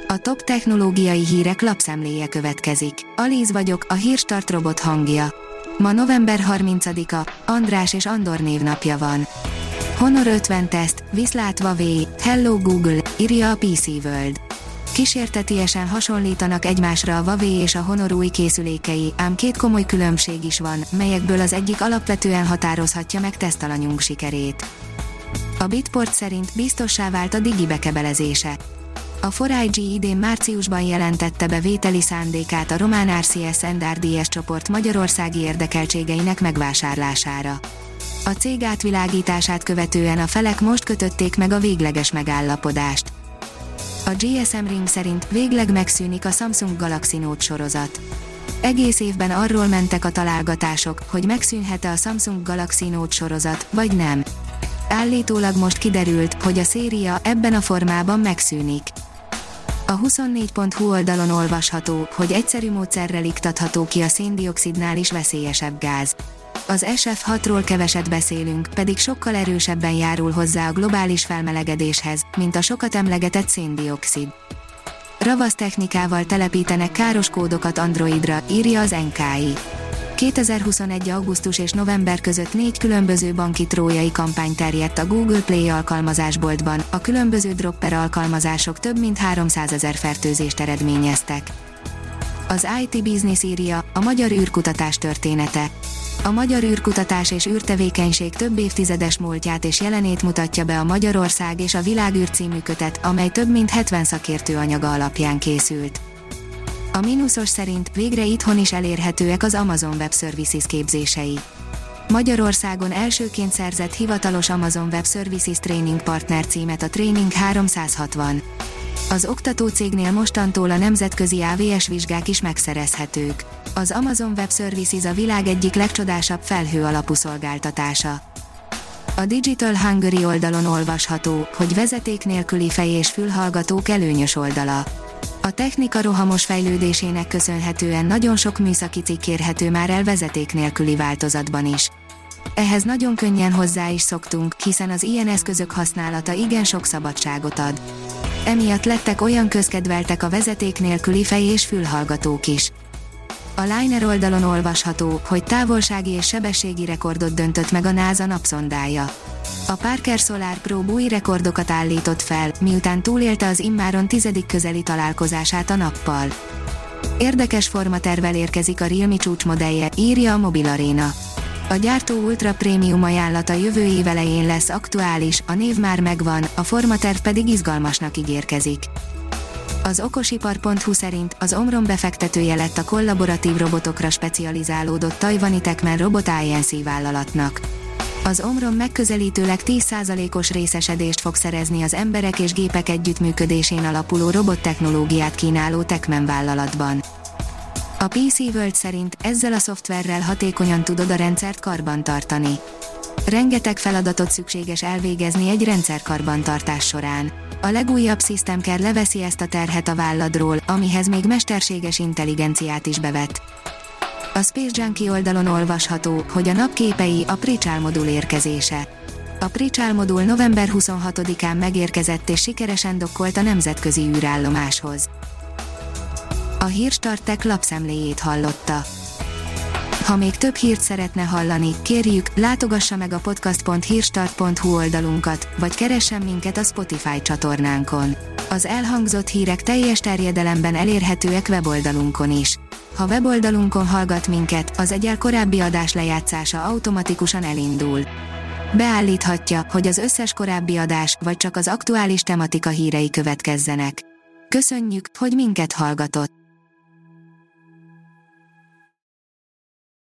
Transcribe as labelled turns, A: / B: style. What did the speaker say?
A: A top technológiai hírek lapszemléje következik. Alíz vagyok, a Hírstart robot hangja. Ma november 30-a, András és Andor névnapja van. Honor 50 teszt, viszlát Huawei, Hello Google, írja a PC World. Kísértetiesen hasonlítanak egymásra a Huawei és a Honor új készülékei, ám két komoly különbség is van, melyekből az egyik alapvetően határozhatja meg tesztalanyunk sikerét. A Bitport szerint biztossá vált a Digi bekebelezése. A 4iG idén márciusban jelentette be vételi szándékát a román RCS & RDS csoport magyarországi érdekeltségeinek megvásárlására. A cég átvilágítását követően a felek most kötötték meg a végleges megállapodást. A GSM Ring szerint végleg megszűnik a Samsung Galaxy Note sorozat. Egész évben arról mentek a találgatások, hogy megszűnhet-e a Samsung Galaxy Note sorozat, vagy nem. Állítólag most kiderült, hogy a széria ebben a formában megszűnik. A 24.hu oldalon olvasható, hogy egyszerű módszerrel iktatható ki a széndioxidnál is veszélyesebb gáz. Az SF6-ról keveset beszélünk, pedig sokkal erősebben járul hozzá a globális felmelegedéshez, mint a sokat emlegetett széndioxid. Ravasz technikával telepítenek káros kódokat Androidra, írja az NKI. 2021. augusztus és november között 4 különböző banki trójai kampány terjedt a Google Play alkalmazásboltban, a különböző dropper alkalmazások több mint 300 000 fertőzést eredményeztek. Az IT Business írja, a magyar űrkutatás története. A magyar űrkutatás és űrtevékenység több évtizedes múltját és jelenét mutatja be a Magyarország és a Világűr című kötet, amely több mint 70 szakértő anyaga alapján készült. A Minusos szerint végre itthon is elérhetőek az Amazon Web Services képzései. Magyarországon elsőként szerzett hivatalos Amazon Web Services Training Partner címet a Training 360. Az oktatócégnél mostantól a nemzetközi AWS vizsgák is megszerezhetők. Az Amazon Web Services a világ egyik legcsodásabb felhő alapú szolgáltatása. A Digital Hungary oldalon olvasható, hogy vezeték nélküli fej- és fülhallgatók előnyös oldala. A technika rohamos fejlődésének köszönhetően nagyon sok műszaki cikk érhető már el vezeték nélküli változatban is. Ehhez nagyon könnyen hozzá is szoktunk, hiszen az ilyen eszközök használata igen sok szabadságot ad. Emiatt lettek olyan közkedveltek a vezeték nélküli fej- és fülhallgatók is. A Liner oldalon olvasható, hogy távolsági és sebességi rekordot döntött meg a NASA napszondája. A Parker Solar Probe új rekordokat állított fel, miután túlélte az immáron 10. közeli találkozását a nappal. Érdekes formatervvel érkezik a Realme csúcsmodellje, írja a Mobil Arena. A gyártó ultra prémium ajánlata jövő év elején lesz aktuális, a név már megvan, a formaterv pedig izgalmasnak ígérkezik. Az okosipar.hu szerint az Omron befektetője lett a kollaboratív robotokra specializálódott tajvani Techman Robot Inc. vállalatnak. Az Omron megközelítőleg 10%-os részesedést fog szerezni az emberek és gépek együttműködésén alapuló robottechnológiát kínáló Techman vállalatban. A PC World szerint ezzel a szoftverrel hatékonyan tudod a rendszert karbantartani. Rengeteg feladatot szükséges elvégezni egy rendszer karbantartás során. A legújabb System Care leveszi ezt a terhet a válladról, amihez még mesterséges intelligenciát is bevet. A Space Junkie oldalon olvasható, hogy a napképei a Prichal modul érkezése. A Prichal modul november 26-án megérkezett és sikeresen dokkolt a nemzetközi űrállomáshoz. A Hírstart Tech lapszemléjét hallotta. Ha még több hírt szeretne hallani, kérjük, látogassa meg a podcast.hírstart.hu oldalunkat, vagy keressen minket a Spotify csatornánkon. Az elhangzott hírek teljes terjedelemben elérhetőek weboldalunkon is. Ha weboldalunkon hallgat minket, az egyel korábbi adás lejátszása automatikusan elindul. Beállíthatja, hogy az összes korábbi adás, vagy csak az aktuális tematika hírei következzenek. Köszönjük, hogy minket hallgatott!